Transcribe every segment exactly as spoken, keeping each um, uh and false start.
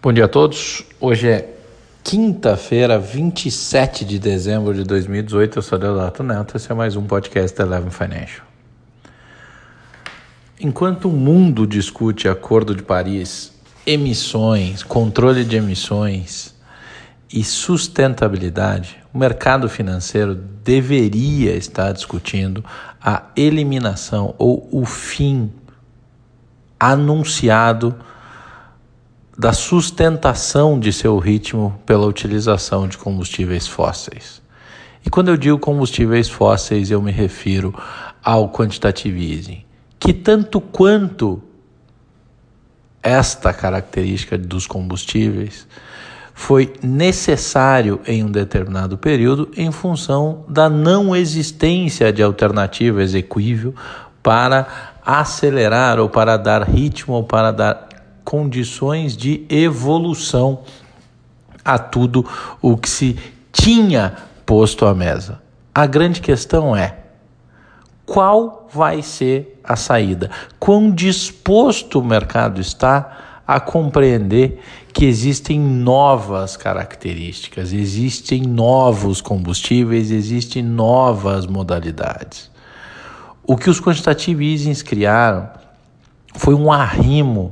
Bom dia a todos. Hoje é quinta-feira, vinte e sete de dezembro de dois mil e dezoito. Eu sou Deodato Neto. Esse é mais um podcast da Eleven Financial. Enquanto o mundo discute Acordo de Paris, emissões, controle de emissões e sustentabilidade, o mercado financeiro deveria estar discutindo a eliminação ou o fim anunciado da sustentação de seu ritmo pela utilização de combustíveis fósseis. E quando eu digo combustíveis fósseis, eu me refiro ao quantitative easing, que tanto quanto esta característica dos combustíveis foi necessário em um determinado período em função da não existência de alternativa exequível para acelerar ou para dar ritmo ou para dar condições de evolução a tudo o que se tinha posto à mesa. A grande questão é: qual vai ser a saída? Quão disposto o mercado está a compreender que existem novas características, existem novos combustíveis, existem novas modalidades? O que os quantitative easings criaram foi um arrimo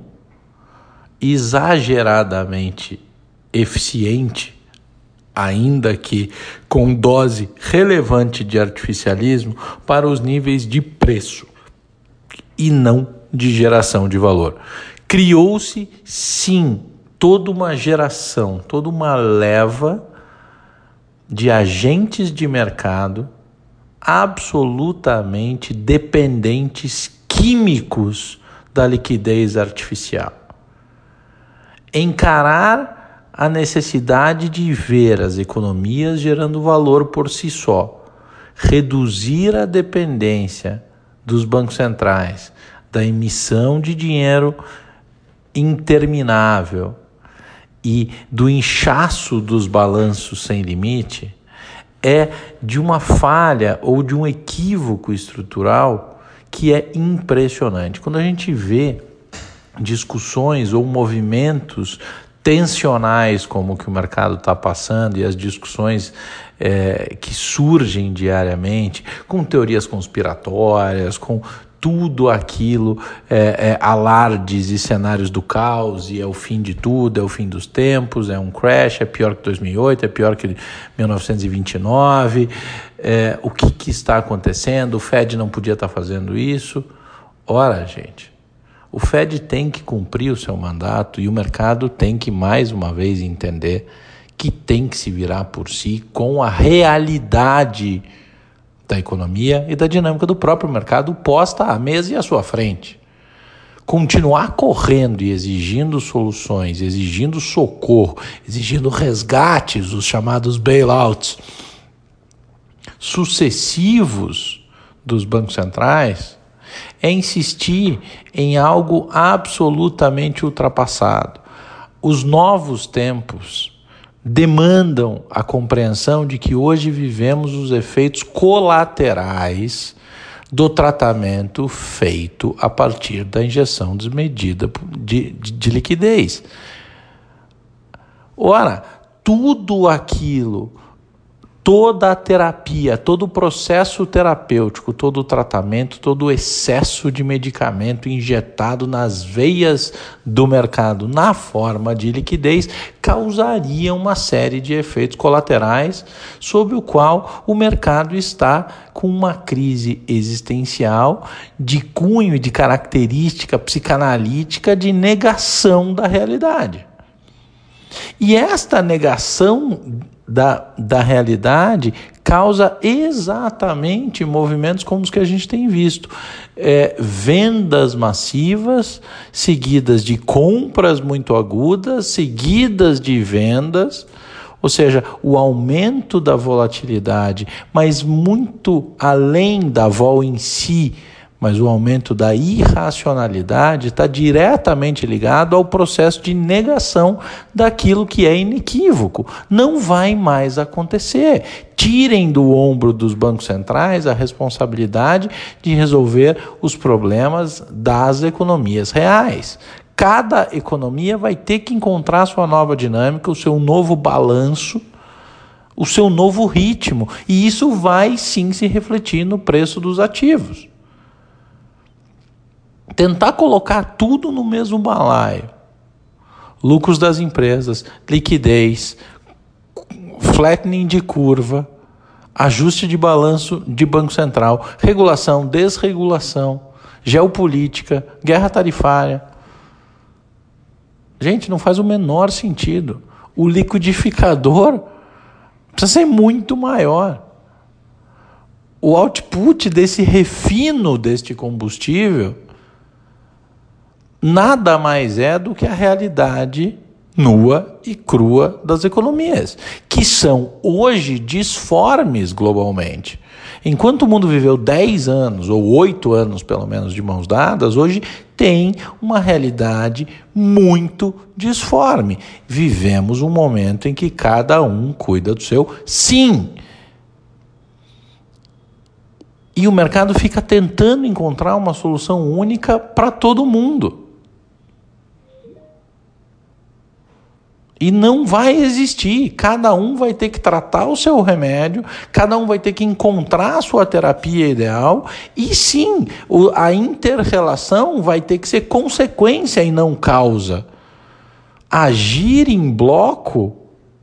exageradamente eficiente, ainda que com dose relevante de artificialismo, para os níveis de preço e não de geração de valor. Criou-se, sim, toda uma geração, toda uma leva de agentes de mercado absolutamente dependentes químicos da liquidez artificial. Encarar a necessidade de ver as economias gerando valor por si só, reduzir a dependência dos bancos centrais, da emissão de dinheiro interminável e do inchaço dos balanços sem limite, é de uma falha ou de um equívoco estrutural que é impressionante. Quando a gente vê discussões ou movimentos tensionais como o que o mercado está passando e as discussões é, que surgem diariamente, com teorias conspiratórias, com tudo aquilo, é, é, alardes e cenários do caos, e é o fim de tudo, é o fim dos tempos, é um crash, é pior que dois mil e oito, é pior que mil novecentos e vinte e nove, é, o que, que está acontecendo? O Fed não podia estar fazendo isso. Ora, gente, o Fed tem que cumprir o seu mandato e o mercado tem que, mais uma vez, entender que tem que se virar por si com a realidade da economia e da dinâmica do próprio mercado posta à mesa e à sua frente. Continuar correndo e exigindo soluções, exigindo socorro, exigindo resgates, os chamados bailouts sucessivos dos bancos centrais, é insistir em algo absolutamente ultrapassado. Os novos tempos demandam a compreensão de que hoje vivemos os efeitos colaterais do tratamento feito a partir da injeção desmedida de, de, de liquidez. Ora, tudo aquilo, toda a terapia, todo o processo terapêutico, todo o tratamento, todo o excesso de medicamento injetado nas veias do mercado na forma de liquidez causaria uma série de efeitos colaterais sobre o qual o mercado está com uma crise existencial de cunho e de característica psicanalítica de negação da realidade. E esta negação Da, da realidade causa exatamente movimentos como os que a gente tem visto. É, vendas massivas, seguidas de compras muito agudas, seguidas de vendas, ou seja, o aumento da volatilidade, mas muito além da vol em si, mas o aumento da irracionalidade está diretamente ligado ao processo de negação daquilo que é inequívoco. Não vai mais acontecer. Tirem do ombro dos bancos centrais a responsabilidade de resolver os problemas das economias reais. Cada economia vai ter que encontrar sua nova dinâmica, o seu novo balanço, o seu novo ritmo. E isso vai sim se refletir no preço dos ativos. Tentar colocar tudo no mesmo balaio. Lucros das empresas, liquidez, flattening de curva, ajuste de balanço de Banco Central, regulação, desregulação, geopolítica, guerra tarifária. Gente, não faz o menor sentido. O liquidificador precisa ser muito maior. O output desse refino deste combustível nada mais é do que a realidade nua e crua das economias, que são hoje disformes globalmente. Enquanto o mundo viveu dez anos, ou oito anos pelo menos, de mãos dadas, hoje tem uma realidade muito disforme. Vivemos um momento em que cada um cuida do seu, sim. E o mercado fica tentando encontrar uma solução única para todo mundo. E não vai existir. Cada um vai ter que tratar o seu remédio, cada um vai ter que encontrar a sua terapia ideal, e sim, a inter-relação vai ter que ser consequência e não causa. Agir em bloco,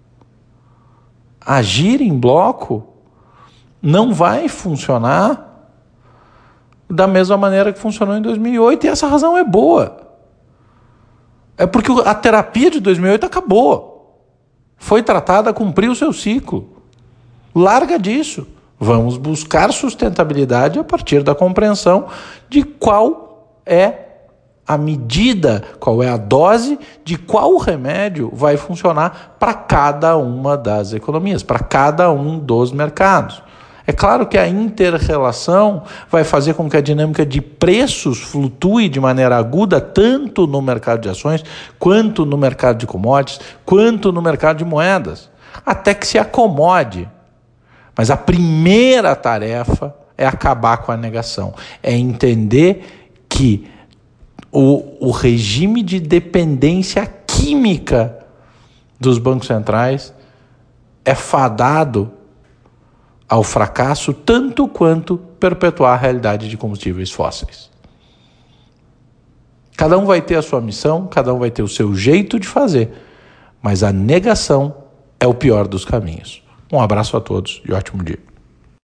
agir em bloco não vai funcionar da mesma maneira que funcionou em dois mil e oito, e essa razão é boa. É porque a terapia de dois mil e oito acabou. Foi tratada, cumpriu o seu ciclo. Larga disso. Vamos buscar sustentabilidade a partir da compreensão de qual é a medida, qual é a dose, de qual remédio vai funcionar para cada uma das economias, para cada um dos mercados. É claro que a inter-relação vai fazer com que a dinâmica de preços flutue de maneira aguda, tanto no mercado de ações, quanto no mercado de commodities, quanto no mercado de moedas, até que se acomode. Mas a primeira tarefa é acabar com a negação, é entender que o, o regime de dependência química dos bancos centrais é fadado ao fracasso, tanto quanto perpetuar a realidade de combustíveis fósseis. Cada um vai ter a sua missão, cada um vai ter o seu jeito de fazer, mas a negação é o pior dos caminhos. Um abraço a todos e ótimo dia.